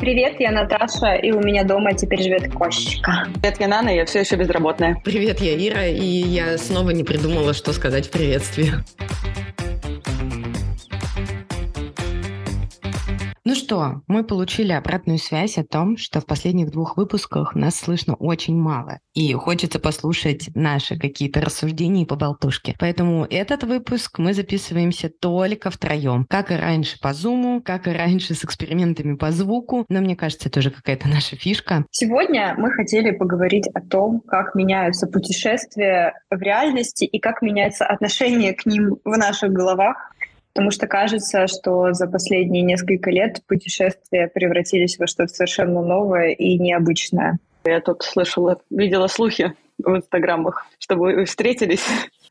Привет, я Наташа, и у меня дома теперь живет кошечка. Привет, я Нана, я все еще безработная. Привет, я Ира, и я снова не придумала, что сказать в приветствии. Ну что, мы получили обратную связь о том, что в последних 2 выпусках нас слышно очень мало, и хочется послушать наши какие-то рассуждения и поболтушки. Поэтому этот выпуск мы записываемся только втроем. Как и раньше по Zoom, как и раньше с экспериментами по звуку, но мне кажется, это уже какая-то наша фишка. Сегодня мы хотели поговорить о том, как меняются путешествия в реальности и как меняется отношение к ним в наших головах. Потому что кажется, что за последние несколько лет путешествия превратились во что-то совершенно новое и необычное. Я тут видела слухи в инстаграмах, что вы встретились.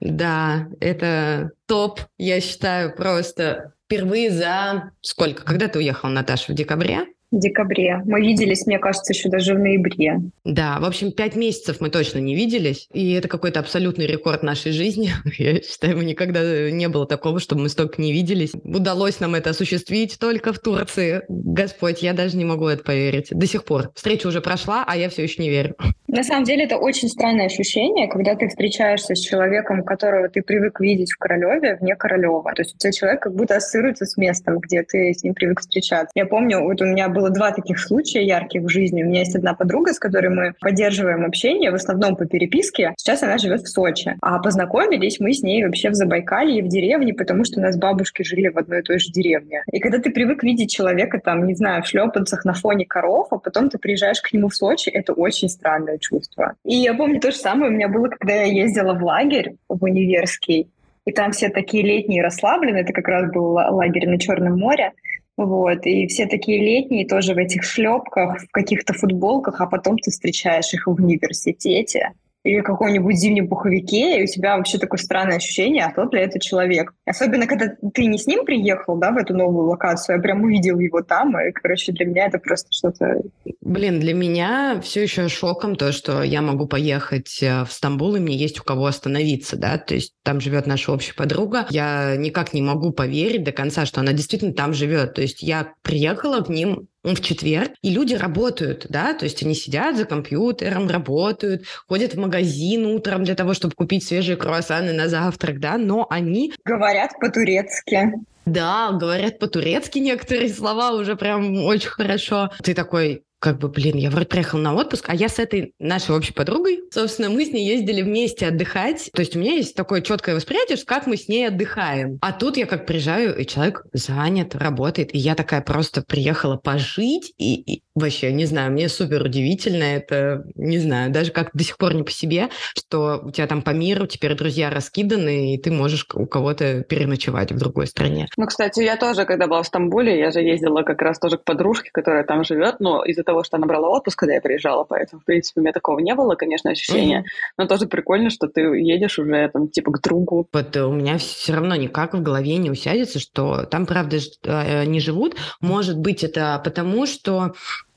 Да, это топ, я считаю, просто впервые за... Сколько? Когда ты уехала, Наташа, в декабре? В декабре. Мы виделись, мне кажется, еще даже в ноябре. Да, в общем, 5 месяцев мы точно не виделись, и это какой-то абсолютный рекорд нашей жизни. Я считаю, никогда не было такого, чтобы мы столько не виделись. Удалось нам это осуществить только в Турции. Господь, я даже не могу это поверить. До сих пор. Встреча уже прошла, а я все еще не верю. На самом деле это очень странное ощущение, когда ты встречаешься с человеком, которого ты привык видеть в Королеве, вне Королева. То есть у тебя человек как будто ассоциируется с местом, где ты с ним привык встречаться. Я помню, вот у меня было 2 таких случая ярких в жизни. У меня есть одна подруга, с которой мы поддерживаем общение, в основном по переписке. Сейчас она живет в Сочи. А познакомились мы с ней вообще в Забайкалье, в деревне, потому что у нас бабушки жили в одной и той же деревне. И когда ты привык видеть человека там, не знаю, в шлепанцах на фоне коров, а потом ты приезжаешь к нему в Сочи, это очень странное чувство. И я помню то же самое у меня было, когда я ездила в лагерь в универский. И там все такие летние расслабленные. Это как раз был лагерь на Черном море. Вот, и все такие летние, тоже в этих шлепках, в каких-то футболках, а потом ты встречаешь их в университете или в каком-нибудь зимнем пуховике, и у тебя вообще такое странное ощущение, а тот ли это человек. Особенно, когда ты не с ним приехал, да, в эту новую локацию, а прям увидел его там, и, короче, для меня это просто что-то... Блин, для меня все еще шоком то, что я могу поехать в Стамбул, и мне есть у кого остановиться, да, то есть там живет наша общая подруга. Я никак не могу поверить до конца, что она действительно там живет. То есть я приехала к ним в четверг, и люди работают, да, то есть они сидят за компьютером, работают, ходят в магазин утром для того, чтобы купить свежие круассаны на завтрак, да, но они... Говорят по-турецки. Да, говорят по-турецки некоторые слова уже прям очень хорошо. Ты такой... блин, я вроде приехала на отпуск, а я с этой нашей общей подругой, собственно, мы с ней ездили вместе отдыхать. То есть у меня есть такое четкое восприятие, что как мы с ней отдыхаем. А тут я как приезжаю, и человек занят, работает, и я такая просто приехала пожить, и вообще, не знаю, мне супер удивительно это, не знаю, даже как до сих пор не по себе, что у тебя там по миру теперь друзья раскиданы, и ты можешь у кого-то переночевать в другой стране. Ну, кстати, я тоже, когда была в Стамбуле, я же ездила как раз тоже к подружке, которая там живет, но из-за того, что она брала отпуск, когда я приезжала, поэтому, в принципе, у меня такого не было, конечно, ощущения, но тоже прикольно, что ты едешь уже там типа к другу. Вот у меня все равно никак в голове не усядется, что там, правда, не живут. Может быть, это потому, что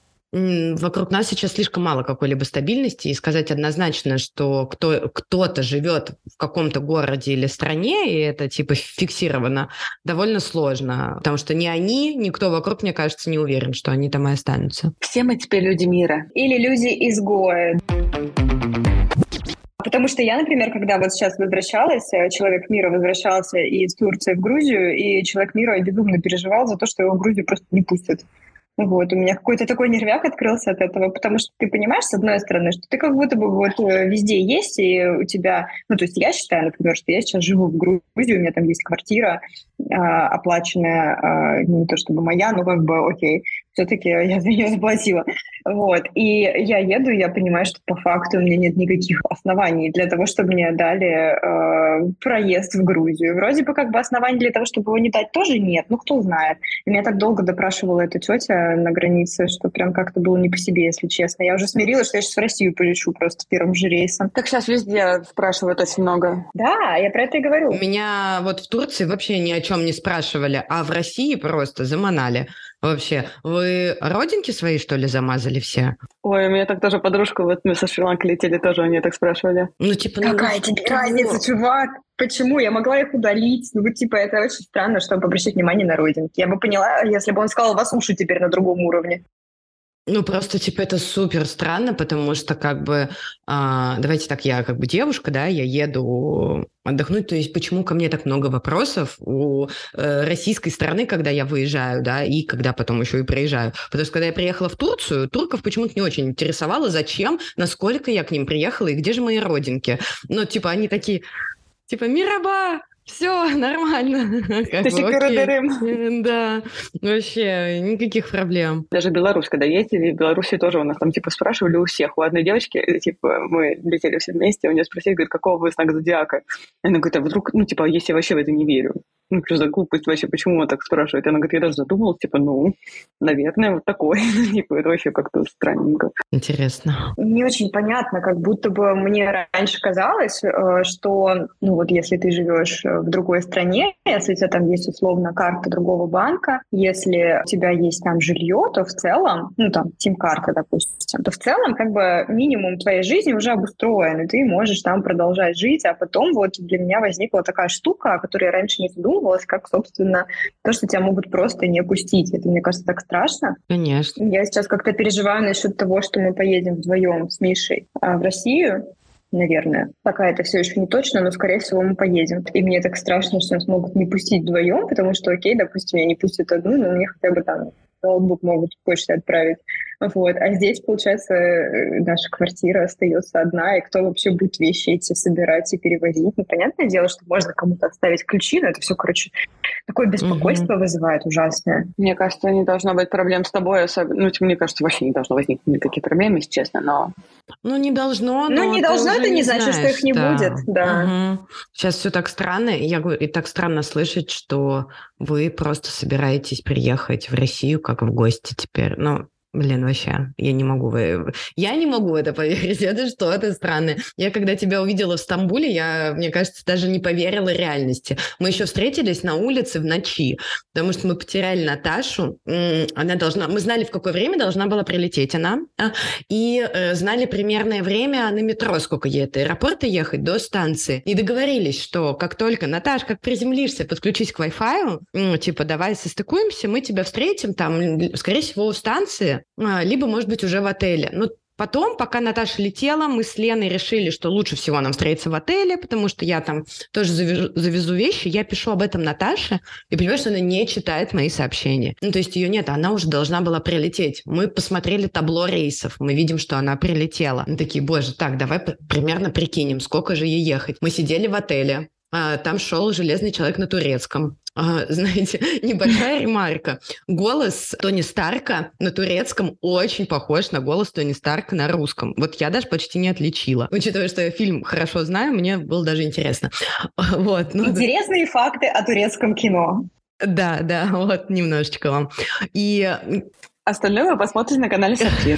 вокруг нас сейчас слишком мало какой-либо стабильности, и сказать однозначно, что кто-то живет в каком-то городе или стране, и это типа фиксировано, довольно сложно. Потому что ни они, никто вокруг, мне кажется, не уверен, что они там и останутся. Все мы теперь люди мира. Или люди-изгои. Потому что я, например, когда вот сейчас возвращалась, человек мира возвращался из Турции в Грузию, и человек мира безумно переживал за то, что его в Грузию просто не пустят. Вот, у меня какой-то такой нервяк открылся от этого, потому что ты понимаешь, с одной стороны, что ты как будто бы вот везде есть, и у тебя... Ну, то есть я считаю, например, что я сейчас живу в Грузии, у меня там есть квартира оплаченная, не то чтобы моя, но как бы окей, все-таки я за нее заплатила. Вот, и я еду, и я понимаю, что по факту у меня нет никаких оснований для того, чтобы мне дали проезд в Грузию. Вроде бы как бы оснований для того, чтобы его не дать, тоже нет, ну кто знает. И меня так долго допрашивала эта тетя на границе, что прям как-то было не по себе, если честно. Я уже смирилась, что я сейчас в Россию полечу просто первым же рейсом. Так сейчас везде спрашивают очень много. Да, я про это и говорю. Меня вот в Турции вообще ни о чем не спрашивали, а в России просто заманали. Вообще, вы родинки свои, что ли, замазали все? Ой, у меня так тоже подружка, вот мы со Шри-Ланки летели, тоже у нее так спрашивали. Ну, типа, какая тебе разница, чувак? Почему? Я могла их удалить. Ну, типа, это очень странно, чтобы обращать внимание на родинки. Я бы поняла, если бы он сказал, у вас уши теперь на другом уровне. Ну, просто, типа, это супер странно, потому что, как бы, давайте так, я как бы девушка, да, я еду отдохнуть, то есть почему ко мне так много вопросов у российской стороны, когда я выезжаю, да, и когда потом еще и приезжаю. Потому что, когда я приехала в Турцию, турков почему-то не очень интересовало, зачем, насколько я к ним приехала и где же мои родинки. Ну, типа, они такие, типа, «Мираба!» Все нормально. Как бы, окей. Да, вообще никаких проблем. Даже Беларусь, когда ездили, в Беларуси тоже у нас там, типа, спрашивали у всех. У одной девочки, типа, мы летели все вместе, у нее спросили, говорит, какого вы знака зодиака? И она говорит, а вдруг, ну, типа, если я вообще в это не верю? Ну, что за глупость вообще, почему он так спрашивает? И она говорит, я даже задумалась, типа, ну, наверное, вот такой. Типа, это вообще как-то странненько. Интересно. Не очень понятно, как будто бы мне раньше казалось, что, ну, вот если ты живешь в другой стране, если у тебя там есть условно карта другого банка, если у тебя есть там жилье, то в целом, ну, там, сим-карта, допустим, то в целом, как бы, минимум твоей жизни уже обустроен, и ты можешь там продолжать жить, а потом вот для меня возникла такая штука, о которой я раньше не задумывалась, как, собственно, то, что тебя могут просто не пустить. Это, мне кажется, так страшно. Конечно. Я сейчас как-то переживаю насчет того, что мы поедем вдвоем с Мишей в Россию, наверное. Пока это все еще не точно, но, скорее всего, мы поедем. И мне так страшно, что нас могут не пустить вдвоем, потому что, окей, допустим, меня не пустят одну, но мне хотя бы там ноутбук могут почтой отправить. Вот. А здесь, получается, наша квартира остается одна, и кто вообще будет вещи эти собирать и перевозить? Ну, понятное дело, что можно кому-то оставить ключи, но это все, короче, такое беспокойство вызывает ужасное. Мне кажется, не должно быть проблем с тобой особенно. Ну, мне кажется, вообще не должно возникнуть никаких проблем, если честно, но... Ну, не должно, но не должно, это не значит, что их не будет, да. Угу. Сейчас все так странно, я говорю, и так странно слышать, что вы просто собираетесь приехать в Россию как в гости теперь. Ну, блин, вообще, я не могу в это поверить, это что-то странное. Я когда тебя увидела в Стамбуле, мне кажется, даже не поверила реальности. Мы еще встретились на улице в ночи, потому что мы потеряли Наташу, мы знали, в какое время должна была прилететь она, и знали примерное время на метро, сколько ей от аэропорта ехать до станции, и договорились, что как только, Наташ, как приземлишься, подключись к Wi-Fi, типа, давай состыкуемся, мы тебя встретим там, скорее всего, у станции, либо, может быть, уже в отеле. Но потом, пока Наташа летела, мы с Леной решили, что лучше всего нам встретиться в отеле, потому что я там тоже завезу вещи, я пишу об этом Наташе, и понимаю, что она не читает мои сообщения. Ну, то есть ее нет, она уже должна была прилететь. Мы посмотрели табло рейсов, мы видим, что она прилетела. Мы такие, боже, так, давай примерно прикинем, сколько же ей ехать. Мы сидели в отеле, там шел «Железный человек» на турецком. Знаете, небольшая ремарка. Голос Тони Старка на турецком очень похож на голос Тони Старка на русском. Вот я даже почти не отличила. Учитывая, что я фильм хорошо знаю, мне было даже интересно. Вот, интересные факты о турецком кино. Да, вот немножечко вам. И остальное вы посмотрите на канале Сапфир.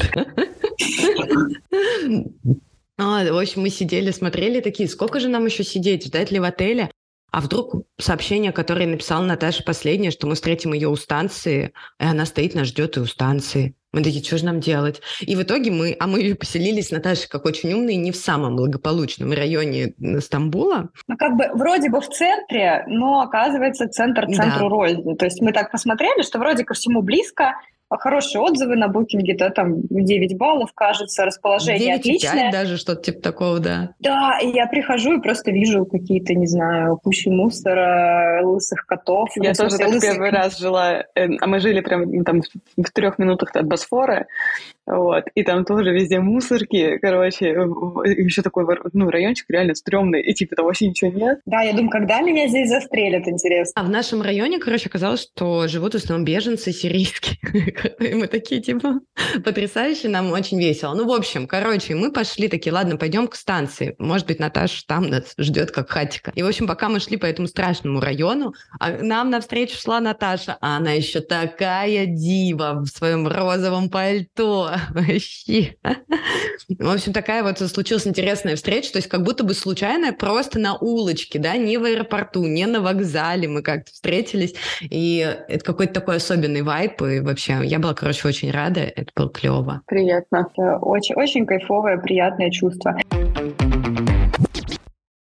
В общем, мы сидели, смотрели такие, сколько же нам еще сидеть, ждать ли в отеле? А вдруг сообщение, которое написала Наташа последнее, что мы встретим ее у станции, и она стоит, нас ждет и у станции. Мы такие, что же нам делать? И в итоге мы поселились с Наташей, как очень умные, не в самом благополучном районе Стамбула. Ну, как бы вроде бы в центре, но оказывается центр центру рознь. То есть мы так посмотрели, что вроде ко всему близко, хорошие отзывы на букинге, да, там 9 баллов, кажется, расположение 9,5 отличное. даже, что-то типа такого, да. Да, и я прихожу и просто вижу какие-то, не знаю, кучи мусора, лысых котов. Я тоже так первый раз жила, а мы жили прям там в 3 минутах от Босфора, вот, и там тоже везде мусорки, короче, еще такой, райончик реально стрёмный, и типа там вообще ничего нет. Да, я думаю, когда меня здесь застрелят, интересно. А в нашем районе, короче, оказалось, что живут в основном беженцы сирийские. И мы такие, типа, потрясающе, нам очень весело. Ну, в общем, короче, мы пошли такие, ладно, пойдем к станции. Может быть, Наташа там нас ждет как хатика. И, в общем, пока мы шли по этому страшному району, нам навстречу шла Наташа, а она еще такая дива в своем розовом пальто. Вообще. В общем, такая вот случилась интересная встреча, то есть как будто бы случайная, просто на улочке, да, не в аэропорту, не на вокзале мы как-то встретились, и это какой-то такой особенный вайб, и вообще я была, короче, очень рада, это было клево. Приятно. Очень, очень кайфовое, приятное чувство.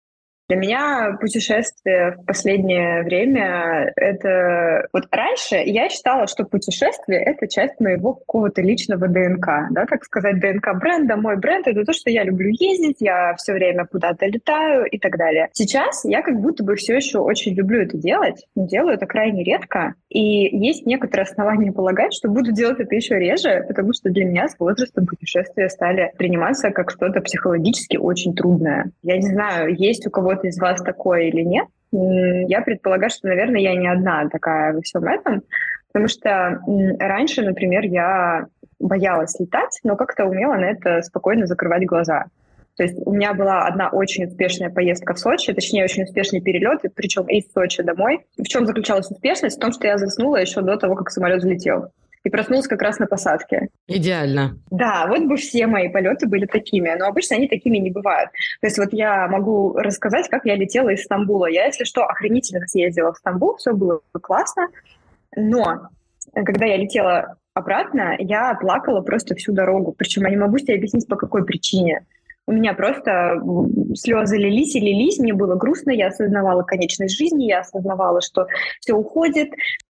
Для меня путешествие в последнее время — это... Вот раньше я считала, что путешествие — это часть моего какого-то личного ДНК, да, так сказать, ДНК бренда. Мой бренд — это то, что я люблю ездить, я все время куда-то летаю и так далее. Сейчас я как будто бы все еще очень люблю это делать, но делаю это крайне редко, и есть некоторые основания полагать, что буду делать это еще реже, потому что для меня с возрастом путешествия стали приниматься как что-то психологически очень трудное. Я не знаю, есть у кого-то из вас такое или нет. Я предполагаю, что, наверное, я не одна такая во всем этом, потому что раньше, например, я боялась летать, но как-то умела на это спокойно закрывать глаза. То есть у меня была одна очень успешная поездка в Сочи, точнее, очень успешный перелет, причем из Сочи домой. В чем заключалась успешность? В том, что я заснула еще до того, как самолет взлетел. И проснулась как раз на посадке. Идеально. Да, вот бы все мои полеты были такими, но обычно они такими не бывают. То есть вот я могу рассказать, как я летела из Стамбула. Я, если что, охренительно съездила в Стамбул, все было классно, но когда я летела обратно, я плакала просто всю дорогу. Причем я не могу себе объяснить, по какой причине. У меня просто слезы лились и лились, мне было грустно, я осознавала конечность жизни, я осознавала, что все уходит.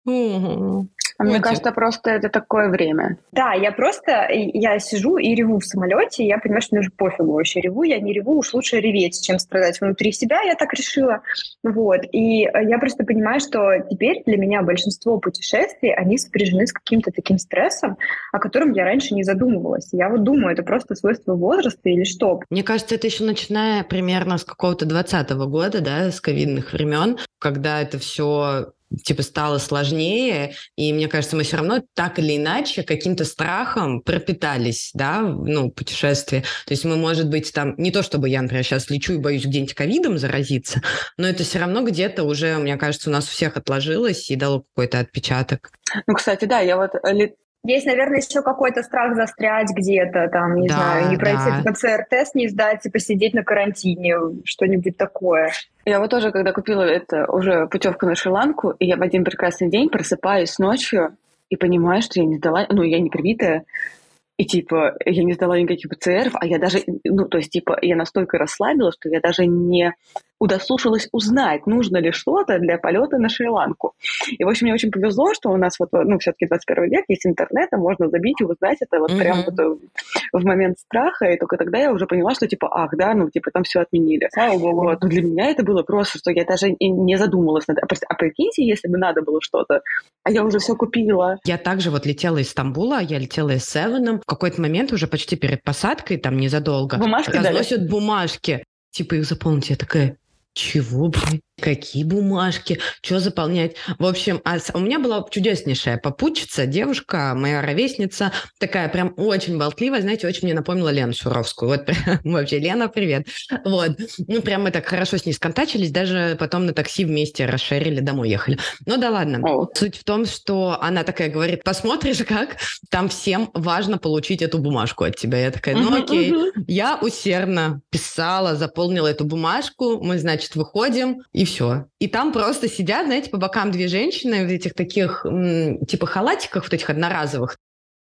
Мне кажется, просто это такое время. Да, я сижу и реву в самолете, и я понимаю, что мне уже пофигу вообще, реву я, не реву, уж лучше реветь, чем страдать внутри себя, я так решила. Вот. И я просто понимаю, что теперь для меня большинство путешествий, они сопряжены с каким-то таким стрессом, о котором я раньше не задумывалась. Я вот думаю, это просто свойство возраста или что? Мне кажется, это еще начиная примерно с какого-то 2020 года, да, с ковидных времен, когда это все типа стало сложнее, и мне кажется, мы все равно так или иначе каким-то страхом пропитались, да, ну, путешествие. То есть мы, может быть, там, не то чтобы я, например, сейчас лечу и боюсь где-нибудь ковидом заразиться, но это все равно где-то уже, мне кажется, у нас у всех отложилось и дало какой-то отпечаток. Ну, кстати, да, я вот... Есть, наверное, еще какой-то страх застрять где-то, там, не знаю, не пройти ПЦР-тест, не сдать и посидеть на карантине, что-нибудь такое. Я вот тоже, когда купила это уже путевку на Шри-Ланку, и я в один прекрасный день просыпаюсь ночью и понимаю, что я не сдала, ну, я не привитая, и, типа, я не сдала никаких ПЦРов, а я даже, ну, то есть, типа, я настолько расслабилась, что я даже не удосужилась узнать, нужно ли что-то для полета на Шри-Ланку. И, в общем, мне очень повезло, что у нас вот, ну, все-таки 21 век, есть интернет, можно забить и узнать это вот прям вот в момент страха, и только тогда я уже поняла, что, типа, ах, да, ну, типа, там все отменили. Слава богу. Вот. Но для меня это было просто, что я даже не задумалась над... А прикиньте, если бы надо было что-то, а я уже все купила. Я также вот летела из Стамбула, я летела из Севеном. В какой-то момент уже почти перед посадкой, там незадолго, разносят бумажки. Типа их заполнить. Я такая, чего, блин? Какие бумажки? Что заполнять? В общем, у меня была чудеснейшая попутчица, девушка, моя ровесница, такая прям очень болтливая, знаете, очень мне напомнила Лену Шуровскую. Вот вообще, Лена, привет. Вот. Ну, прям мы так хорошо с ней сконтачились, даже потом на такси вместе расширили, домой ехали. Ну да ладно. Суть в том, что она такая говорит, посмотришь, как там всем важно получить эту бумажку от тебя. Я такая, ну окей. Я усердно писала, заполнила эту бумажку, мы, значит, выходим, и все. И там просто сидят, знаете, по бокам две женщины в этих таких, типа халатиках, вот этих одноразовых.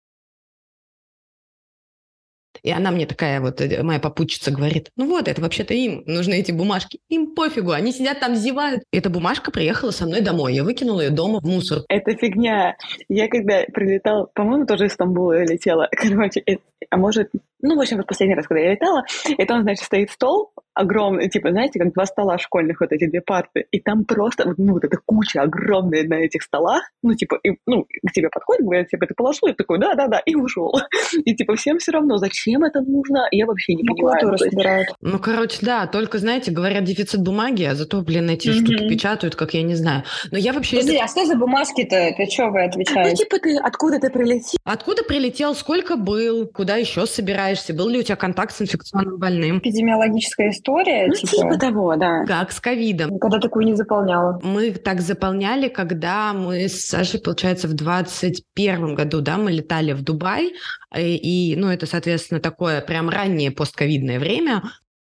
И она мне такая вот, моя попутчица, говорит, ну вот, это вообще-то им нужны эти бумажки. Им пофигу, они сидят там, зевают. Эта бумажка приехала со мной домой. Я выкинула ее дома в мусор. Это фигня. Я когда прилетала, по-моему, тоже из Стамбула я летела. Короче, а может... Ну, в общем, вот последний раз, когда я летала, и там, значит, стоит стол огромный, типа, знаете, как 2 стола школьных, вот эти 2 парты, и там просто, ну, вот эта куча огромная на этих столах, ну, типа, и, ну, к тебе подходит, говорят, типа, ты положил, и такой, да-да-да, и ушел. И, типа, всем все равно, зачем это нужно, я вообще не понимаю. Ну, короче, да, только, знаете, говорят, дефицит бумаги, а зато, блин, эти штуки печатают, как я не знаю. Но я вообще... Подожди, а что за бумажки-то? Ты что вы отвечаете? Ну, типа, откуда ты прилетел? Откуда прилетел, сколько был, куда еще собираешься, был ли у тебя контакт с инфекционным больным? Эпидемиологическая история? Ну, типа того, да. Как с ковидом. Когда такую не заполняла? Мы так заполняли, когда мы с Сашей, получается, в 2021 году, да, мы летали в Дубай, и, ну, это, соответственно, такое прям раннее постковидное время.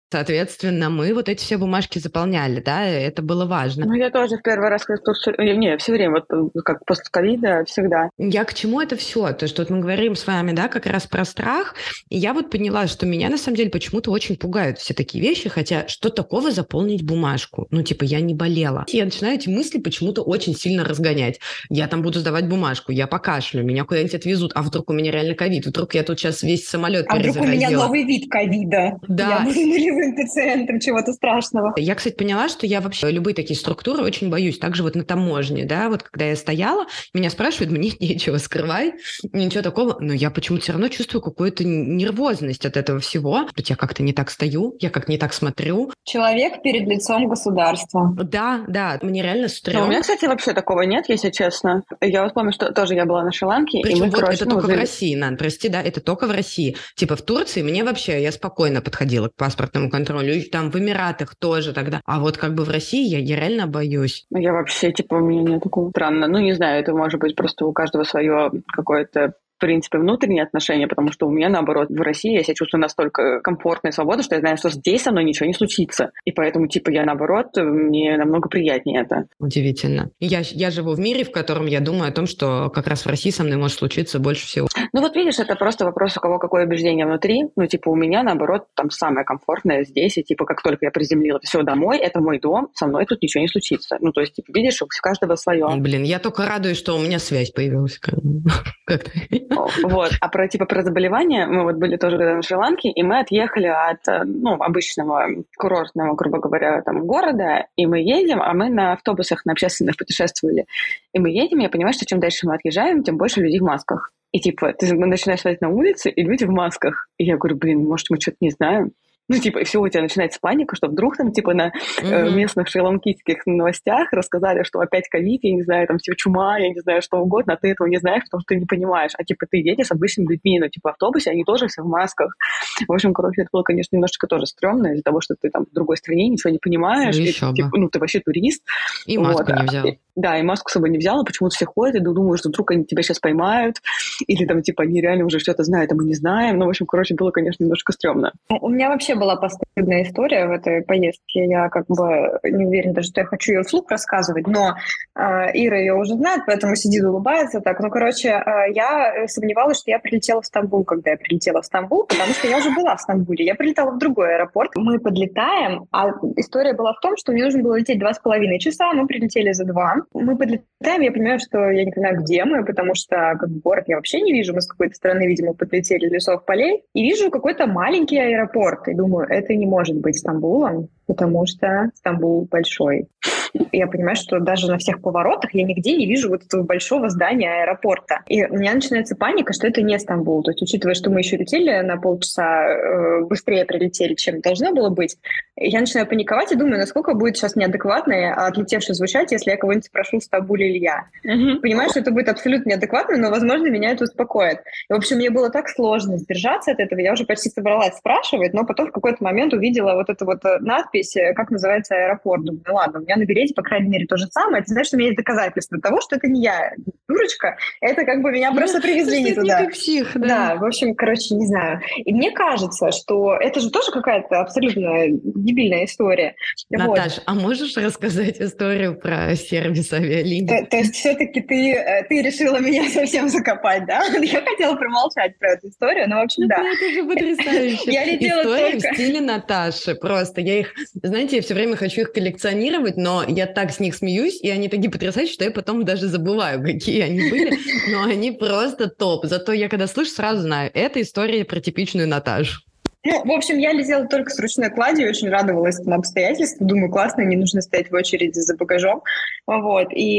Соответственно, мы вот эти все бумажки заполняли, да, это было важно. Ну, я тоже в первый раз, не, все время, вот как после ковида, всегда. Я к чему это все? То, что вот мы говорим с вами, да, как раз про страх, и я вот поняла, что меня на самом деле почему-то очень пугают все такие вещи, хотя что такого заполнить бумажку? Ну, типа, я не болела. Я начинаю эти мысли почему-то очень сильно разгонять. Я там буду сдавать бумажку, я покашлю, меня куда-нибудь отвезут, а вдруг у меня реально ковид, вдруг я тут сейчас весь самолет перезаразила. А вдруг у меня новый вид ковида? Да. Я буду нулевым пациентом, чего-то страшного. Я, кстати, поняла, что я вообще любые такие структуры очень боюсь. Также вот на таможне, да, вот когда я стояла, меня спрашивают, мне нечего скрывать, ничего такого, но я почему-то все равно чувствую какую-то нервозность от этого всего. Я как-то не так стою, я как-то не так смотрю. Человек перед лицом государства. Да, мне реально стрёмно. Но у меня, кстати, вообще такого нет, если честно. Я вот помню, что тоже я была на Шри-Ланке. Причем и мы, вот это только в России, Нан, прости, да, это только в России. Типа в Турции мне вообще, я спокойно подходила к паспортному контролю, и там в Эмиратах тоже тогда. А вот как бы в России я реально боюсь. Я вообще, типа, у меня нет такого. Странно. Ну, не знаю, это может быть просто у каждого свое какое-то, в принципе, внутренние отношения, потому что у меня, наоборот, в России я себя чувствую настолько комфортно и свободно, что я знаю, что здесь со мной ничего не случится. И поэтому, типа, я, наоборот, мне намного приятнее это. Удивительно. Я живу в мире, в котором я думаю о том, что как раз в России со мной может случиться больше всего. Ну, вот видишь, это просто вопрос, у кого какое убеждение внутри. Ну, типа, у меня, наоборот, там самое комфортное здесь, и, типа, как только я приземлила все домой, это мой дом, со мной тут ничего не случится. Ну, то есть, типа, видишь, у каждого свое. Блин, я только радуюсь, что у меня связь появилась. Как-то. Вот. А про заболевания, мы вот были тоже когда на Шри-Ланке, и мы отъехали от, обычного курортного, грубо говоря, там, города, и мы едем, а мы на автобусах, на общественных путешествовали. И мы едем, и я понимаю, что чем дальше мы отъезжаем, тем больше людей в масках. И типа, ты начинаешь смотреть на улице, и люди в масках. И я говорю, блин, может, мы что-то не знаем? Ну, типа, и все, у тебя начинается паника, что вдруг там, типа, на местных шри-ланкийских новостях рассказали, что опять ковид, я не знаю, там, типа, чума, я не знаю, что угодно, а ты этого не знаешь, потому что ты не понимаешь. А, типа, ты едешь с обычными людьми, типа, в автобусе, они тоже все в масках. В общем, короче, это было, конечно, немножечко тоже стрёмно из-за того, что ты там в другой стране, ничего не понимаешь. Ну, и, типа, ты вообще турист. И маску не взял. Да, и маску с собой не взяла, почему-то все ходят, и думают, что вдруг они тебя сейчас поймают, или там, типа, они реально уже что-то знают, а мы не знаем. Ну, в общем, короче, было, конечно, немножко стрёмно. У меня вообще была постыдная история в этой поездке. Я как бы не уверена даже, что я хочу ее вслух рассказывать, но Ира ее уже знает, поэтому сидит, улыбается так. Ну, короче, я сомневалась, что я прилетела в Стамбул, когда я прилетела в Стамбул, потому что я уже была в Стамбуле. Я прилетала в другой аэропорт. Мы подлетаем, а история была в том, что мне нужно было лететь 2,5 часа, мы прилетели за 2. Мы подлетаем, я понимаю, что я не понимаю, где мы, потому что как бы, город я вообще не вижу. Мы с какой-то стороны, видимо, подлетели лесов, полей. И вижу какой-то маленький аэропорт. И думаю, это не может быть Стамбулом, потому что Стамбул большой. Я понимаю, что даже на всех поворотах я нигде не вижу вот этого большого здания аэропорта. И у меня начинается паника, что это не Стамбул. То есть, учитывая, что мы еще летели на полчаса быстрее прилетели, чем должно было быть, я начинаю паниковать и думаю, насколько будет сейчас неадекватно отлетевшее звучать, если я кого-нибудь спрошу, в Стамбуле ли я. Понимаю, что это будет абсолютно неадекватно, но, возможно, меня это успокоит. И, в общем, мне было так сложно сдержаться от этого. Я уже почти собралась спрашивать, но потом в какой-то момент увидела вот эту вот надпись, как называется аэропорт. Думаю, ну ладно, у меня на билете, по крайней мере, то же самое. Это значит, что у меня есть доказательства того, что это не я, дурочка. Это как бы меня просто привезли не туда. Псих, да, в общем, короче, не знаю. И мне кажется, что это же тоже какая-то абсолютно дебильная история. Наташ, вот. А можешь рассказать историю про сервис авиалиний? То есть все-таки ты решила меня совсем закопать, да? Я хотела промолчать про эту историю, но, в общем, да. Это же потрясающе. Я летела истории только... в стиле Наташи. Просто я их, знаете, я все время хочу их коллекционировать, но я так с них смеюсь, и они такие потрясающие, что я потом даже забываю, какие они были, но они просто топ. Зато я, когда слышу, сразу знаю, это история про типичную Наташу. Ну, в общем, я летела только с ручной кладью, очень радовалась этому обстоятельству. Думаю, классно, не нужно стоять в очереди за багажом. Вот. И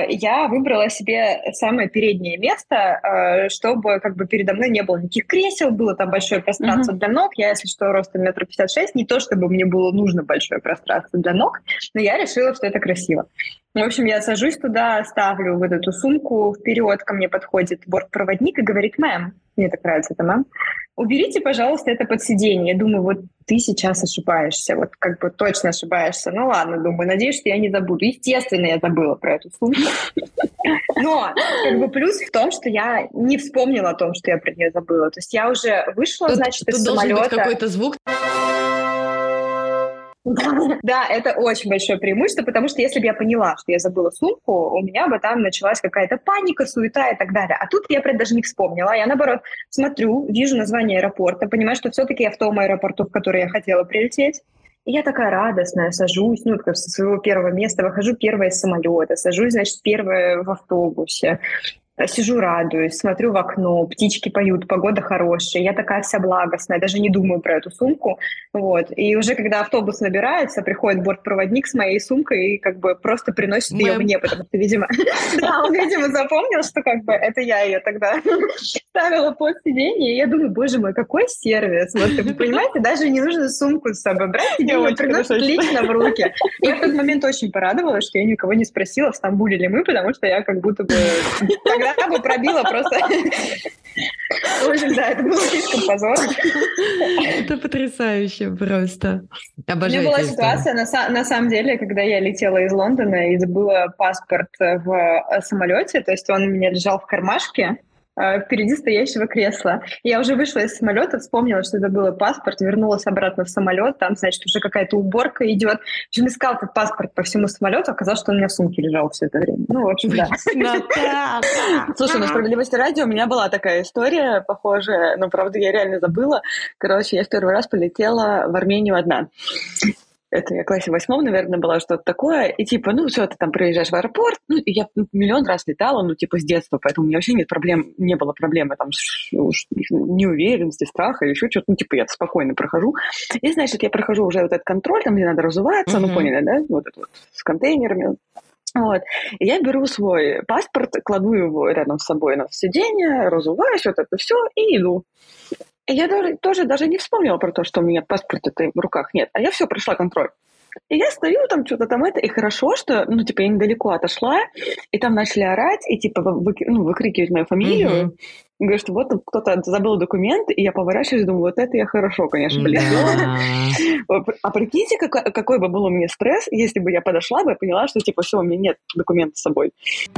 я выбрала себе самое переднее место, чтобы как бы передо мной не было никаких кресел, было там большое пространство для ног. Я, если что, ростом 1,56 м, не то чтобы мне было нужно большое пространство для ног, но я решила, что это красиво. В общем, я сажусь туда, ставлю вот эту сумку, вперед ко мне подходит бортпроводник и говорит: мэм, мне так нравится это, мэм, уберите, пожалуйста, это под сиденье. Я думаю, вот ты сейчас ошибаешься, вот как бы точно ошибаешься. Ну ладно, думаю, надеюсь, что я не забуду. Естественно, я забыла про эту сумку. Но как бы плюс в том, что я не вспомнила о том, что я про нее забыла. То есть я уже вышла, значит, из самолета. Тут должен быть какой-то звук. Да, это очень большое преимущество, потому что если бы я поняла, что я забыла сумку, у меня бы там началась какая-то паника, суета и так далее. А тут я прям даже не вспомнила. Я, наоборот, смотрю, вижу название аэропорта, понимаю, что все-таки я в том аэропорту, в который я хотела прилететь. И я такая радостная, сажусь, ну, как со своего первого места, выхожу первая из самолета, сажусь, значит, первая в автобусе. Сижу, радуюсь, смотрю в окно, птички поют, погода хорошая, я такая вся благостная, даже не думаю про эту сумку, вот. И уже когда автобус набирается, приходит бортпроводник с моей сумкой и как бы просто приносит ее мне, потому что, видимо, да, он, видимо, запомнил, что как бы это я ее тогда ставила под сиденье, и я думаю, боже мой, какой сервис, вот, вы понимаете, даже не нужно сумку с собой брать, ее приносят лично в руки. Я в тот момент очень порадовалась, что я никого не спросила, в Стамбуле ли мы, потому что я как будто бы тогда бы пробила просто. В общем, да, это было слишком позорно. Это потрясающе просто. Обожаю. У меня была ситуация, на самом деле, когда я летела из Лондона и забыла паспорт в самолете, то есть он у меня лежал в кармашке впереди стоящего кресла. Я уже вышла из самолета, вспомнила, что это был паспорт, вернулась обратно в самолет, там, значит, уже какая-то уборка идет. В общем, искала этот паспорт по всему самолету, оказалось, что он у меня в сумке лежал все это время. Ну, в общем, да. Слушай, на справедливости ради у меня была такая история похожая, но, правда, я реально забыла. Короче, я в первый раз полетела в Армению одна. Это я в классе 8, наверное, была, что-то такое. И типа, ну, все, ты там приезжаешь в аэропорт. Ну, я миллион раз летала, ну, типа, с детства, поэтому у меня вообще не было проблемы там неуверенности, страха или еще что-то. Ну, типа, я спокойно прохожу. И, значит, я прохожу уже вот этот контроль, там, где надо разуваться, ну, поняли, да? Вот это вот с контейнерами. Вот. И я беру свой паспорт, кладу его рядом с собой на сиденье, разуваюсь, вот это все, и иду. И я тоже даже не вспомнила про то, что у меня паспорта-то в руках нет. А я все, прошла контроль. И я стою там, что-то там это, и хорошо, что, ну, типа, я недалеко отошла, и там начали орать, и, типа, выкрикивать мою фамилию. Говорят, что вот кто-то забыл документ, и я поворачиваюсь и думаю, вот это я хорошо, конечно, полетела. А прикиньте, какой бы был у меня стресс, если бы я подошла бы и поняла, что, типа, все, у меня нет документа с собой.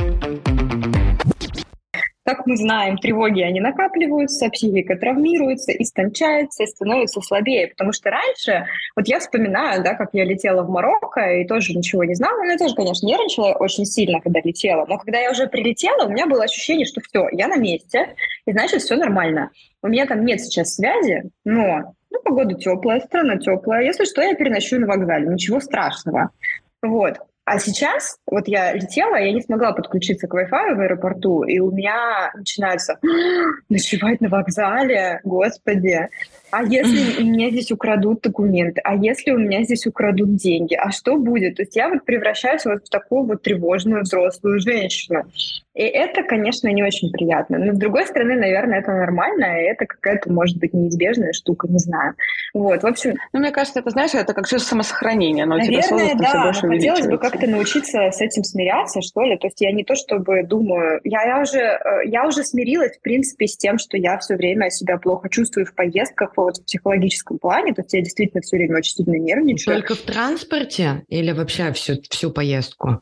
Как мы знаем, тревоги, они накапливаются, психика травмируется, истончается и становится слабее. Потому что раньше, вот я вспоминаю, да, как я летела в Марокко и тоже ничего не знала. Я тоже, конечно, нервничала очень сильно, когда летела. Но когда я уже прилетела, у меня было ощущение, что все, я на месте, и значит, все нормально. У меня там нет сейчас связи, но погода теплая, страна теплая. Если что, я переночую на вокзале, ничего страшного. Вот. А сейчас, вот я летела, я не смогла подключиться к Wi-Fi в аэропорту, и у меня начинается ночевать на вокзале, господи. А если у меня здесь украдут документы? А если у меня здесь украдут деньги? А что будет? То есть я вот превращаюсь вот в такую вот тревожную взрослую женщину. И это, конечно, не очень приятно. Но, с другой стороны, наверное, это нормально, и это какая-то, может быть, неизбежная штука, не знаю. Вот, в общем... Ну, мне кажется, это, знаешь, это как чувство самосохранения. Но наверное, да, но хотелось бы как-то научиться с этим смиряться, что ли. То есть я не то чтобы думаю... Я уже смирилась, в принципе, с тем, что я все время себя плохо чувствую в поездках, вот в психологическом плане. То есть я действительно все время очень сильно нервничаю. Только в транспорте или вообще всю поездку?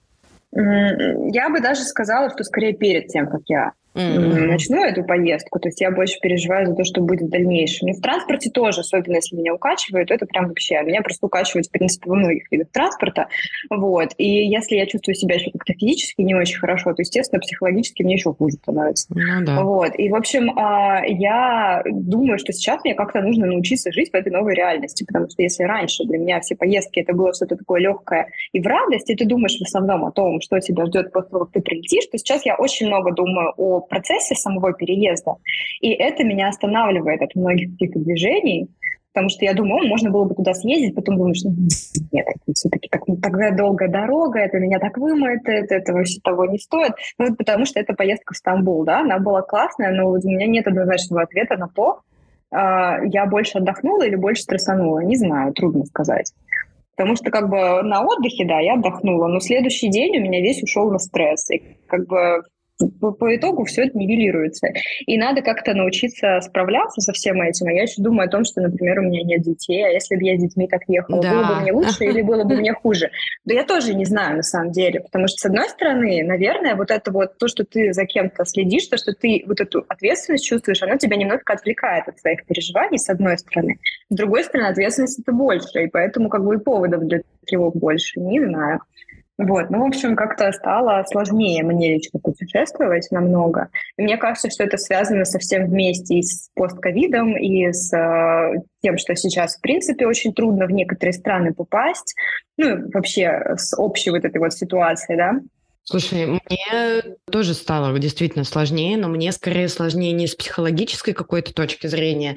Я бы даже сказала, что скорее перед тем, как я начну эту поездку. То есть я больше переживаю за то, что будет в дальнейшем. И в транспорте тоже, особенно если меня укачивают, это прям вообще... Меня просто укачивают, в принципе, во многих видах транспорта. Вот. И если я чувствую себя еще как-то физически не очень хорошо, то, естественно, психологически мне еще хуже становится. Ну, да. Вот. И, в общем, я думаю, что сейчас мне как-то нужно научиться жить в этой новой реальности. Потому что если раньше для меня все поездки это было что-то такое легкое и в радости, ты думаешь в основном о том, что тебя ждет после того, как ты прилетишь, то сейчас я очень много думаю о процессе самого переезда. И это меня останавливает от многих каких-то движений, потому что я думаю, можно было бы туда съездить, потом думаешь, нет, это все-таки такая долгая дорога, это меня так вымотает, это вообще того не стоит. Ну, вот потому что это поездка в Стамбул, да, она была классная, но у меня нет однозначного ответа на то, я больше отдохнула или больше стрессанула. Не знаю, трудно сказать. Потому что как бы на отдыхе, да, я отдохнула, но следующий день у меня весь ушел на стресс. И как бы по итогу все это нивелируется. И надо как-то научиться справляться со всем этим. А я еще думаю о том, что, например, у меня нет детей, а если бы я с детьми так ехала, было бы мне лучше или было бы мне хуже? Да я тоже не знаю, на самом деле. Потому что, с одной стороны, наверное, вот это вот то, что ты за кем-то следишь, то, что ты вот эту ответственность чувствуешь, оно тебя немножко отвлекает от своих переживаний, с одной стороны. С другой стороны, ответственность это больше, и поэтому как бы и поводов для тревог больше. Не знаю. Вот, ну, в общем, как-то стало сложнее мне лично путешествовать намного. И мне кажется, что это связано совсем вместе и с постковидом, и с тем, что сейчас, в принципе, очень трудно в некоторые страны попасть. Ну, вообще с общей вот этой вот ситуацией, да. Слушай, мне тоже стало действительно сложнее, но мне скорее сложнее не с психологической какой-то точки зрения,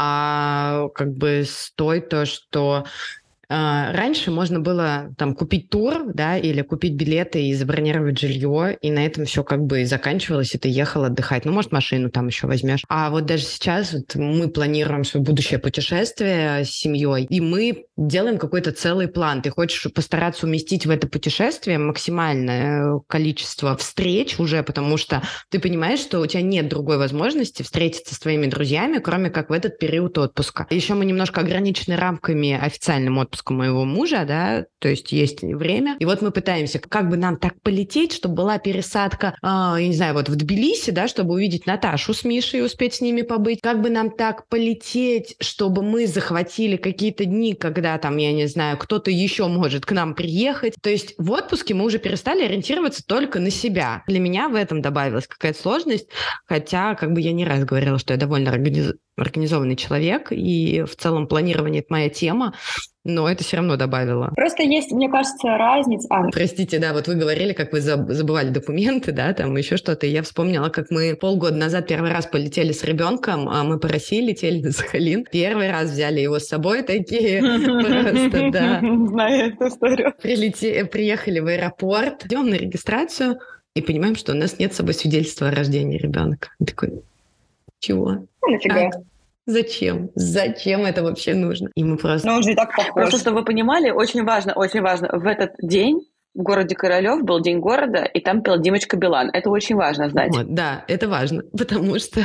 а как бы с той, то, что раньше можно было там купить тур, да, или купить билеты и забронировать жилье, и на этом все как бы и заканчивалось, и ты ехал отдыхать. Ну, может, машину там еще возьмешь. А вот даже сейчас вот мы планируем свое будущее путешествие с семьей, и мы делаем какой-то целый план. Ты хочешь постараться уместить в это путешествие максимальное количество встреч уже, потому что ты понимаешь, что у тебя нет другой возможности встретиться с твоими друзьями, кроме как в этот период отпуска. Еще мы немножко ограничены рамками официальным отпуском моего мужа, да, то есть есть время. И вот мы пытаемся, как бы нам так полететь, чтобы была пересадка, я не знаю, вот в Тбилиси, да, чтобы увидеть Наташу с Мишей и успеть с ними побыть. Как бы нам так полететь, чтобы мы захватили какие-то дни, когда там, я не знаю, кто-то еще может к нам приехать. То есть в отпуске мы уже перестали ориентироваться только на себя. Для меня в этом добавилась какая-то сложность, хотя как бы я не раз говорила, что я довольно организованный человек, и в целом планирование – это моя тема, но это все равно добавило. Просто есть, мне кажется, разница. Простите, да, вот вы говорили, как вы забывали документы, да, там еще что-то, и я вспомнила, как мы полгода назад первый раз полетели с ребенком, а мы по России летели на Сахалин, первый раз взяли его с собой, такие просто, да. Знаю эту историю. Приехали в аэропорт, идем на регистрацию и понимаем, что у нас нет с собой свидетельства о рождении ребенка. И такой, чего? Нафига? Зачем? Зачем это вообще нужно? И мы просто... Ну, он же и так похож. Просто, чтобы вы понимали, очень важно, в этот день в городе Королёв был День города, и там пел Димочка Билан. Это очень важно знать. Вот, да, это важно, потому что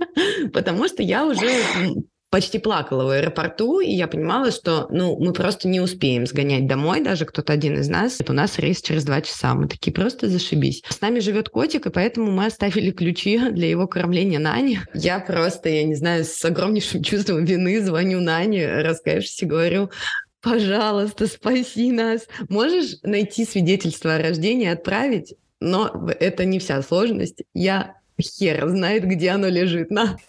я уже почти плакала в аэропорту, и я понимала, что мы просто не успеем сгонять домой, даже кто-то один из нас. У нас рейс через 2 часа. Мы такие, просто зашибись. С нами живет котик, и поэтому мы оставили ключи для его кормления Нане. Я просто, я не знаю, с огромнейшим чувством вины звоню Нане, раскаявшись, и говорю: пожалуйста, спаси нас. Можешь найти свидетельство о рождении, отправить? Но это не вся сложность. Я хер знает, где оно лежит.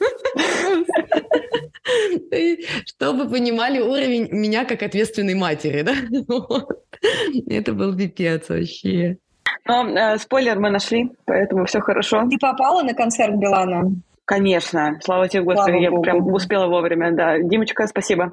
Чтобы вы понимали уровень меня как ответственной матери, да? Это был пипец вообще. Но спойлер мы нашли, поэтому все хорошо. Ты попала на концерт Билана? Конечно. Слава тебе, Господи, я прям успела вовремя. Да, Димочка, спасибо.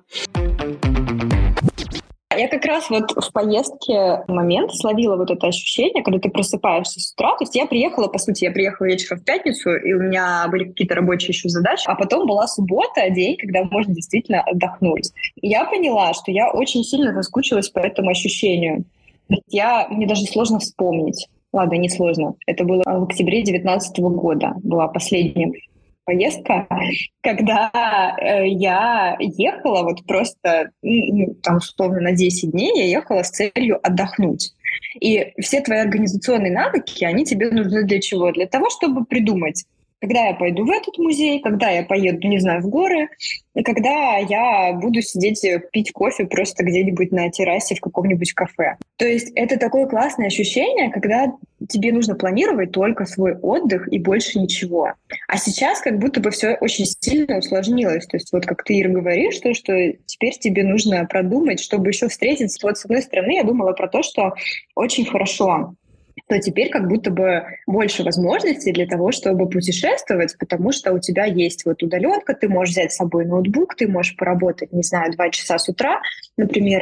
Я как раз вот в поездке момент словила вот это ощущение, когда ты просыпаешься с утра. То есть я приехала вечером в пятницу, и у меня были какие-то рабочие еще задачи. А потом была суббота, день, когда можно действительно отдохнуть. И я поняла, что я очень сильно соскучилась по этому ощущению. Мне даже сложно вспомнить. Ладно, не сложно. Это было в октябре 2019 года. Была последняя поездка, когда я ехала вот просто, там, условно, на 10 дней я ехала с целью отдохнуть. И все твои организационные навыки, они тебе нужны для чего? Для того, чтобы придумать, когда я пойду в этот музей, когда я поеду, не знаю, в горы, и когда я буду сидеть пить кофе просто где-нибудь на террасе в каком-нибудь кафе. То есть это такое классное ощущение, когда тебе нужно планировать только свой отдых и больше ничего. А сейчас как будто бы все очень сильно усложнилось. То есть вот как ты, Ира, говоришь, что теперь тебе нужно продумать, чтобы еще встретиться. Вот с одной стороны я думала про то, что очень хорошо, то теперь как будто бы больше возможностей для того, чтобы путешествовать, потому что у тебя есть вот удаленка, ты можешь взять с собой ноутбук, ты можешь поработать, не знаю, 2 часа с утра, например,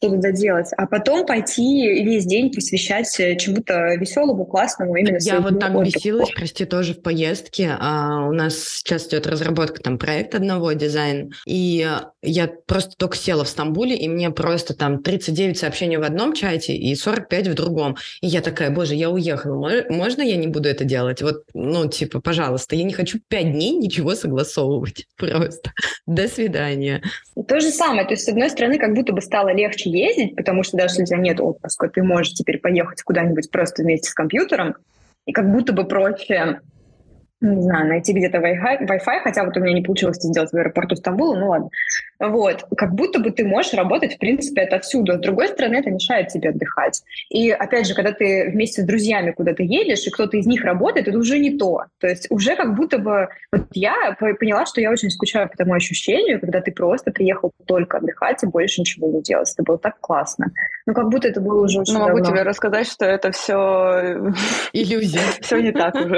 что-то доделать, а потом пойти весь день посвящать чему-то веселому, классному именно Я своему вот так отдыху. бесилась, прости, тоже в поездке. У нас сейчас идет разработка там проекта одного, дизайн, и я просто только села в Стамбуле, и мне просто там 39 сообщений в одном чате и 45 в другом. И я такая, боже, я уехала, можно я не буду это делать? Вот, ну, типа, пожалуйста, я не хочу 5 дней ничего согласовывать. Просто. До свидания. То же самое. То есть, с одной стороны, как будто бы стало легче ездить, потому что даже если у тебя нет отпуска, ты можешь теперь поехать куда-нибудь просто вместе с компьютером, и как будто бы проще, не знаю, найти где-то Wi-Fi, хотя вот у меня не получилось это сделать в аэропорту Стамбула, ну ладно. Вот. Как будто бы ты можешь работать, в принципе, отовсюду. С другой стороны, это мешает тебе отдыхать. И, опять же, когда ты вместе с друзьями куда-то едешь, и кто-то из них работает, это уже не то. То есть уже как будто бы... Вот я поняла, что я очень скучаю по тому ощущению, когда ты просто приехал только отдыхать и больше ничего не делать. Это было так классно. Ну, как будто это было уже очень могу давно. тебе рассказать, что это все... Иллюзия. Все не так уже.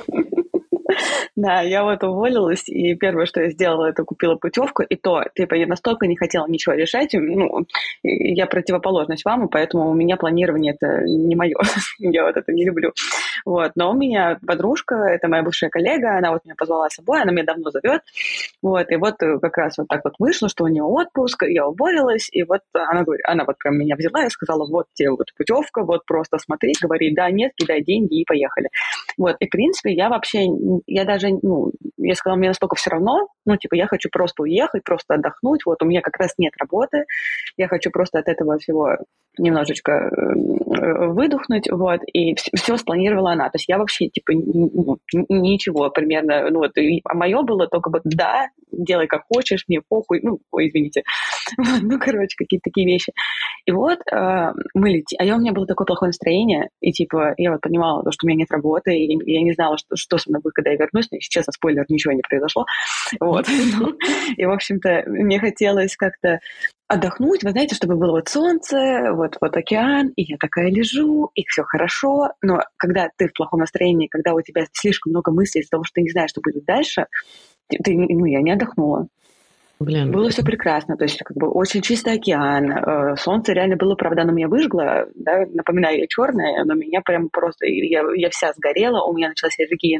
Да, я вот уволилась, и первое, что я сделала, это купила путевку, и то, типа, я настолько не хотела ничего решать, ну, я противоположность вам, и поэтому у меня планирование это не мое, я вот это не люблю. Вот, но у меня подружка, это моя бывшая коллега, она вот меня позвала с собой, она меня давно зовет, вот, и вот как раз вот так вот вышло, что у нее отпуск, я уволилась, и вот она говорит, она вот прям меня взяла и сказала, вот тебе вот путевка, вот просто смотри, говори, да, нет, кидай деньги и поехали. Вот, и в принципе я вообще, я даже, ну, я сказала, мне настолько все равно, ну, типа, я хочу просто уехать, просто отдохнуть, вот, у меня как раз нет работы, я хочу просто от этого всего немножечко выдохнуть, вот, и все спланировала она, то есть я вообще, типа, ничего примерно, ну, вот, а мое было только вот, да, делай как хочешь, мне похуй, ну, ой, извините, ну, короче, какие-то такие вещи. И вот мы летим, у меня было такое плохое настроение, и, типа, я вот понимала, что у меня нет работы, и я не знала, что со мной будет, когда я вернусь, но, если честно, спойлер, ничего не произошло, вот, и, в общем-то, мне хотелось как-то отдохнуть, вы знаете, чтобы было вот солнце, вот океан, и я такая лежу, и все хорошо, но когда ты в плохом настроении, когда у тебя слишком много мыслей из-за того, что ты не знаешь, что будет дальше, я не отдохнула. Блин. Было все прекрасно, то есть как бы очень чистый океан, солнце реально было, правда, оно меня выжгло, да, напоминаю, я черная, но меня прям просто, я вся сгорела, у меня началась аллергия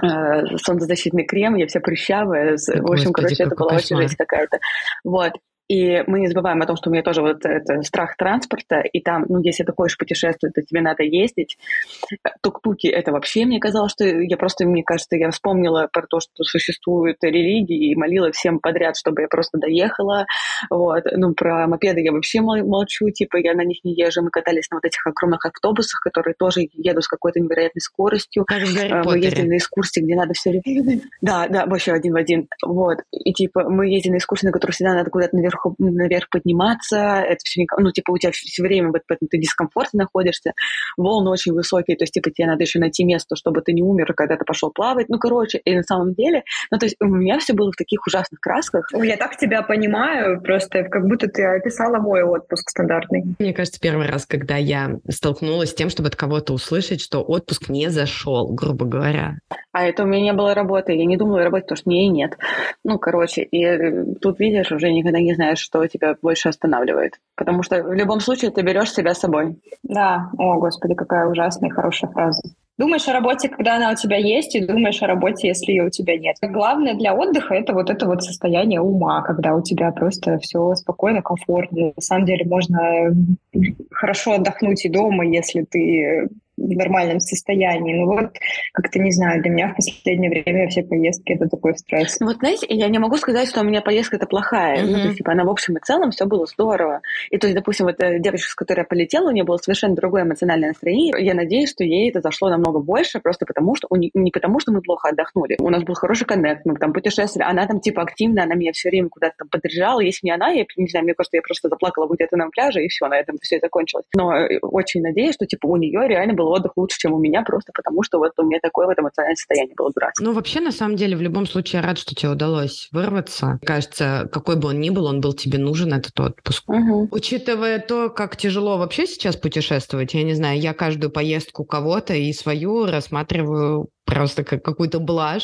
на солнцезащитный крем, я вся прыщавая, в общем, короче, это была очень жесть какая-то, вот. И мы не забываем о том, что у меня тоже вот это страх транспорта, и там, ну, если ты хочешь путешествовать, то тебе надо ездить. Тук-туки — это вообще, мне казалось, что мне кажется, я вспомнила про то, что существуют религии, и молила всем подряд, чтобы я просто доехала. Вот. Ну, про мопеды я вообще молчу, типа, я на них не езжу. Мы катались на вот этих огромных автобусах, которые тоже едут с какой-то невероятной скоростью. Как в Гарри Мы Поттере. ездили на экскурсии, где надо все время... Да, вообще один в один. Вот. И, типа, мы ездили на экскурсии, на которые всегда надо куда-то наверх подниматься, это все, ну, типа, у тебя все время в этом ты дискомфорте находишься, волны очень высокие, то есть, типа, тебе надо еще найти место, чтобы ты не умер, когда ты пошел плавать, ну, короче, и на самом деле, ну, то есть, у меня все было в таких ужасных красках. Ой, я так тебя понимаю, просто как будто ты описала мой отпуск стандартный. Мне кажется, первый раз, когда я столкнулась с тем, чтобы от кого-то услышать, что отпуск не зашел, грубо говоря. А это у меня не было работы, я не думала работать, потому что мне и нет. Ну, короче, и тут, видишь, уже никогда не знаешь, что тебя больше останавливает. Потому что в любом случае ты берешь себя с собой. Да, о, господи, какая ужасная и хорошая фраза. Думаешь о работе, когда она у тебя есть, и думаешь о работе, если ее у тебя нет. Главное для отдыха — это вот состояние ума, когда у тебя просто все спокойно, комфортно. На самом деле можно хорошо отдохнуть и дома, если ты в нормальном состоянии. Ну вот, как-то, не знаю, для меня в последнее время все поездки — это такой стресс. Ну вот, знаете, я не могу сказать, что у меня поездка это плохая. Ну, то есть, типа, она в общем и целом все было здорово. И то есть, допустим, вот девочка, с которой я полетела, у нее было совершенно другое эмоциональное настроение. Я надеюсь, что ей это зашло намного больше, просто потому что, не потому что мы плохо отдохнули. У нас был хороший коннект, мы там путешествовали. Она там, типа, активно, она меня все время куда-то там подряжала. Если не она, я не знаю, мне кажется, я просто заплакала где-то на пляже, и все, на этом все и закончилось. Но очень надеюсь, что, типа, у нее реально был отдых лучше, чем у меня, просто потому что вот у меня такое вот эмоциональное состояние было дурацкое. Ну, вообще, на самом деле, в любом случае, я рад, что тебе удалось вырваться. Кажется, какой бы он ни был, он был тебе нужен, этот отпуск. Учитывая то, как тяжело вообще сейчас путешествовать, я не знаю, я каждую поездку кого-то и свою рассматриваю просто как какую-то блажь.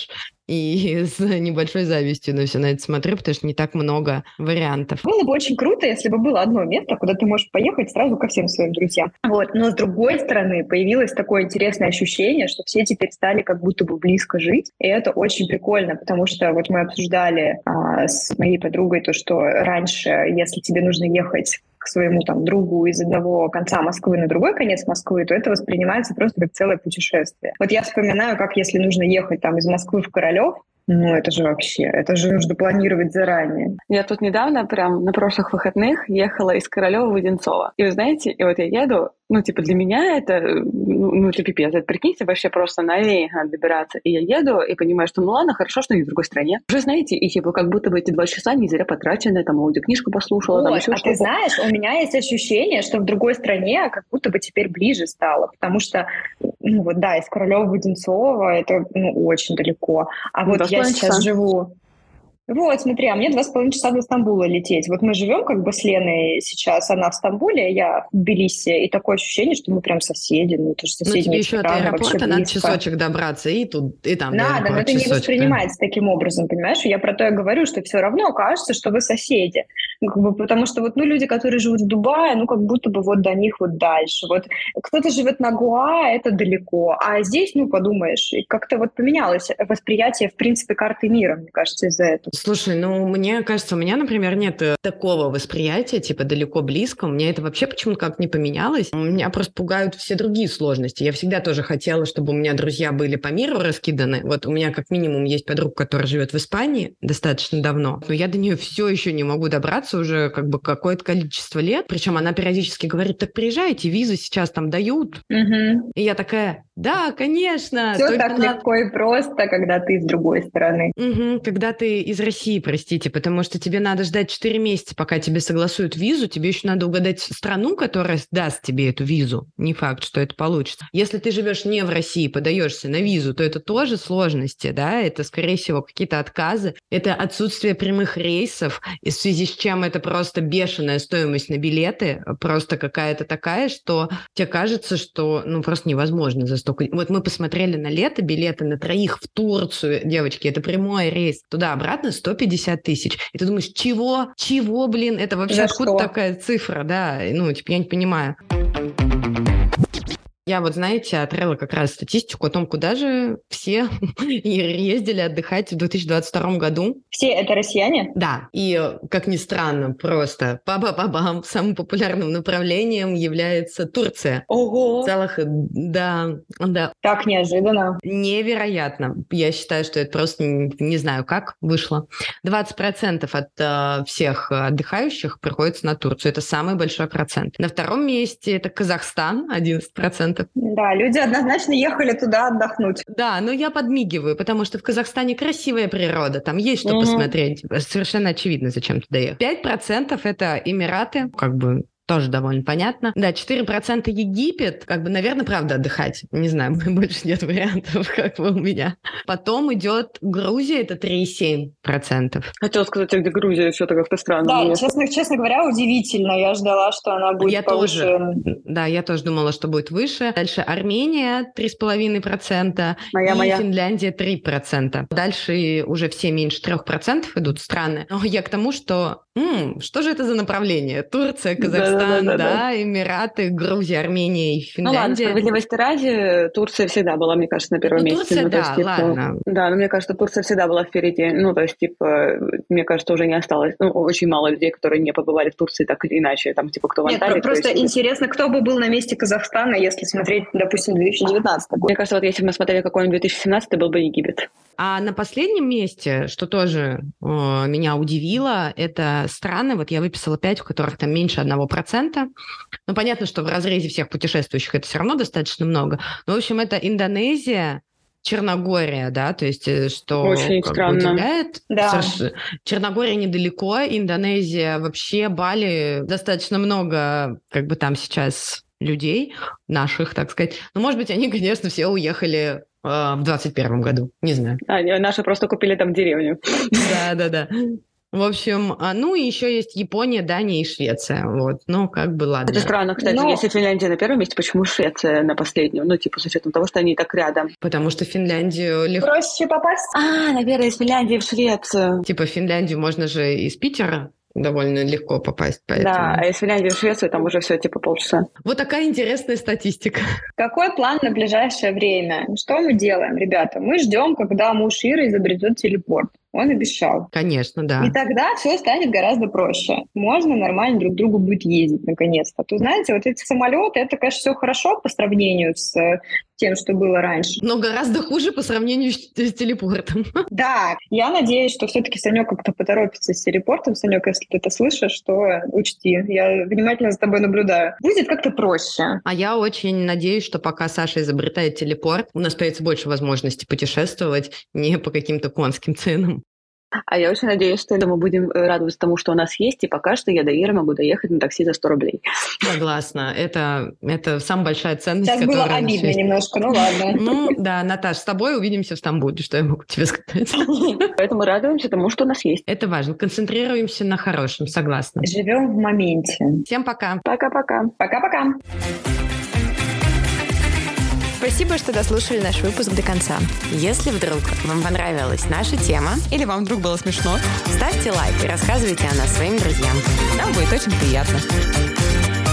и с небольшой завистью на все на это смотрю, потому что не так много вариантов. Было бы очень круто, если бы было одно место, куда ты можешь поехать сразу ко всем своим друзьям. Вот. Но с другой стороны, появилось такое интересное ощущение, что все теперь стали как будто бы близко жить. И это очень прикольно, потому что вот мы обсуждали с моей подругой то, что раньше, если тебе нужно ехать к своему там другу из одного конца Москвы на другой конец Москвы, то это воспринимается просто как целое путешествие. Вот я вспоминаю, как если нужно ехать там из Москвы в Королёв, ну это же вообще, это же нужно планировать заранее. Я тут недавно, прям на прошлых выходных, ехала из Королёва в Одинцово. И вы знаете, и вот я еду, ну, типа, для меня это, ну, это пипец. Это, прикиньте, вообще просто на оленях надо добираться. И я еду и понимаю, что, ну, ладно, хорошо, что не в другой стране. Уже, знаете, и, типа, как будто бы эти 2 часа не зря потрачены, там, аудиокнижку послушала, вот, там еще что-то. Ты знаешь, у меня есть ощущение, что в другой стране как будто бы теперь ближе стало, потому что, ну, вот, да, из Королёва в Одинцово это, ну, очень далеко. А вот я сейчас живу... Вот, смотри, а мне 2,5 часа до Стамбула лететь. Вот мы живем как бы с Леной сейчас, она в Стамбуле, я в Тбилиси, и такое ощущение, что мы прям соседи, ну, это же соседи. Ну, тебе еще от аэропорта надо часочек добраться, и тут, и там надо, но это не воспринимается таким образом, понимаешь? Я про то и говорю, что все равно кажется, что вы соседи. Ну, как бы, потому что вот, ну, люди, которые живут в Дубае, ну, как будто бы вот до них вот дальше. Вот кто-то живет на Гоа, это далеко, а здесь, ну, подумаешь, как-то вот поменялось восприятие, в принципе, карты мира, мне кажется, из-за этого. Слушай, ну, мне кажется, у меня, например, нет такого восприятия, типа, далеко-близко. У меня это вообще почему-то как не поменялось. Меня просто пугают все другие сложности. Я всегда тоже хотела, чтобы у меня друзья были по миру раскиданы. Вот у меня как минимум есть подруга, которая живет в Испании достаточно давно, но я до нее все еще не могу добраться уже как бы какое-то количество лет. Причем она периодически говорит: так приезжайте, визы сейчас там дают. Угу. И я такая: да, конечно. Все так легко и просто, когда ты с другой стороны. Угу, когда ты из России, простите, потому что тебе надо ждать 4 месяца, пока тебе согласуют визу, тебе еще надо угадать страну, которая даст тебе эту визу. Не факт, что это получится. Если ты живешь не в России, подаешься на визу, то это тоже сложности, да, это, скорее всего, какие-то отказы, это отсутствие прямых рейсов, в связи с чем это просто бешеная стоимость на билеты, просто какая-то такая, что тебе кажется, что, ну, просто невозможно за столько... Вот мы посмотрели на лето, билеты на 3 в Турцию, девочки, это прямой рейс, туда-обратно 150 тысяч. И ты думаешь, чего? Чего, блин? Это вообще откуда такая цифра, да? Ну, типа, я не понимаю. Я вот, знаете, отрыла как раз статистику о том, куда же все ездили отдыхать в 2022 году. Все это россияне? Да. И, как ни странно, просто па-ба-ба-бам, самым популярным направлением является Турция. Ого! Целых, да. Так неожиданно. Невероятно. Я считаю, что это просто не знаю, как вышло. 20% от всех отдыхающих приходится на Турцию. Это самый большой процент. На втором месте это Казахстан, 11%. Да, люди однозначно ехали туда отдохнуть. Да, но я подмигиваю, потому что в Казахстане красивая природа, там есть что посмотреть. Совершенно очевидно, зачем туда ехать. 5% это Эмираты, как бы тоже довольно понятно. Да, 4% Египет, как бы, наверное, правда отдыхать. Не знаю, больше нет вариантов, как бы у меня. Потом идет Грузия, это 3,7%. Хотела сказать, где Грузия, все такое странное. Да, честно говоря, удивительно. Я ждала, что она будет повыше. Да, я тоже думала, что будет выше. Дальше Армения 3,5%. Моя. Финляндия 3%. Дальше уже все меньше 3% идут страны. Но я к тому, что что же это за направление? Турция, Казахстан, да, Эмираты, Грузия, Армения и Финляндия. Ну ладно, справедливости ради, Турция всегда была, мне кажется, на первом месте. Турция, да, есть, типа, ладно. Да, но мне кажется, Турция всегда была впереди. Ну, то есть, типа, мне кажется, уже не осталось. Ну, очень мало людей, которые не побывали в Турции так или иначе. Там, типа, кто в Анталии. Нет, просто интересно, кто бы был на месте Казахстана, если смотреть, допустим, 2019 год. Мне кажется, вот если бы мы смотрели какой-нибудь 2017, был бы Египет. А на последнем месте, что тоже меня удивило, это страны, вот я выписала 5, в которых там меньше 1%. Ну, понятно, что в разрезе всех путешествующих это все равно достаточно много. Но, в общем, это Индонезия, Черногория, да, то есть что очень странно. Удивляет. Да. Черногория недалеко, Индонезия вообще, Бали, достаточно много, как бы там сейчас людей наших, так сказать. Но, может быть, они, конечно, все уехали в 2021 году, не знаю. Наши просто купили там деревню. Да. В общем, ну и еще есть Япония, Дания и Швеция. Вот, ну как бы ладно. Это странно, кстати, если Финляндия на первом месте, почему Швеция на последнем? Ну, типа, с учетом того, что они так рядом. Потому что в Финляндию легко... Проще попасть? Наверное, из Финляндии в Швецию. Типа в Финляндию можно же из Питера довольно легко попасть. Поэтому... Да, а из Финляндии в Швецию там уже все типа полчаса. Вот такая интересная статистика. Какой план на ближайшее время? Что мы делаем, ребята? Мы ждем, когда муж Иры изобретет телепорт. Он обещал. Конечно, да. И тогда все станет гораздо проще. Можно нормально друг к другу будет ездить, наконец-то. То, знаете, вот эти самолеты, это, конечно, все хорошо по сравнению с тем, что было раньше. Но гораздо хуже по сравнению с телепортом. Да, я надеюсь, что все-таки Санек как-то поторопится с телепортом. Санек, если ты это слышишь, то учти. Я внимательно за тобой наблюдаю. Будет как-то проще. А я очень надеюсь, что пока Саша изобретает телепорт, у нас появится больше возможностей путешествовать не по каким-то конским ценам. А я очень надеюсь, что мы будем радоваться тому, что у нас есть, и пока что я до Иры могу доехать на такси за 100 рублей. Согласна. Это самая большая ценность, сейчас которая было обидно немножко, ну ладно. Ну да, Наташ, с тобой увидимся в Стамбуле, что я могу тебе сказать. Поэтому радуемся тому, что у нас есть. Это важно. Концентрируемся на хорошем, согласна. Живем в моменте. Всем пока. Пока-пока. Пока-пока. Спасибо, что дослушали наш выпуск до конца. Если вдруг вам понравилась наша тема, или вам вдруг было смешно, ставьте лайк и рассказывайте о нас своим друзьям. нам будет очень приятно.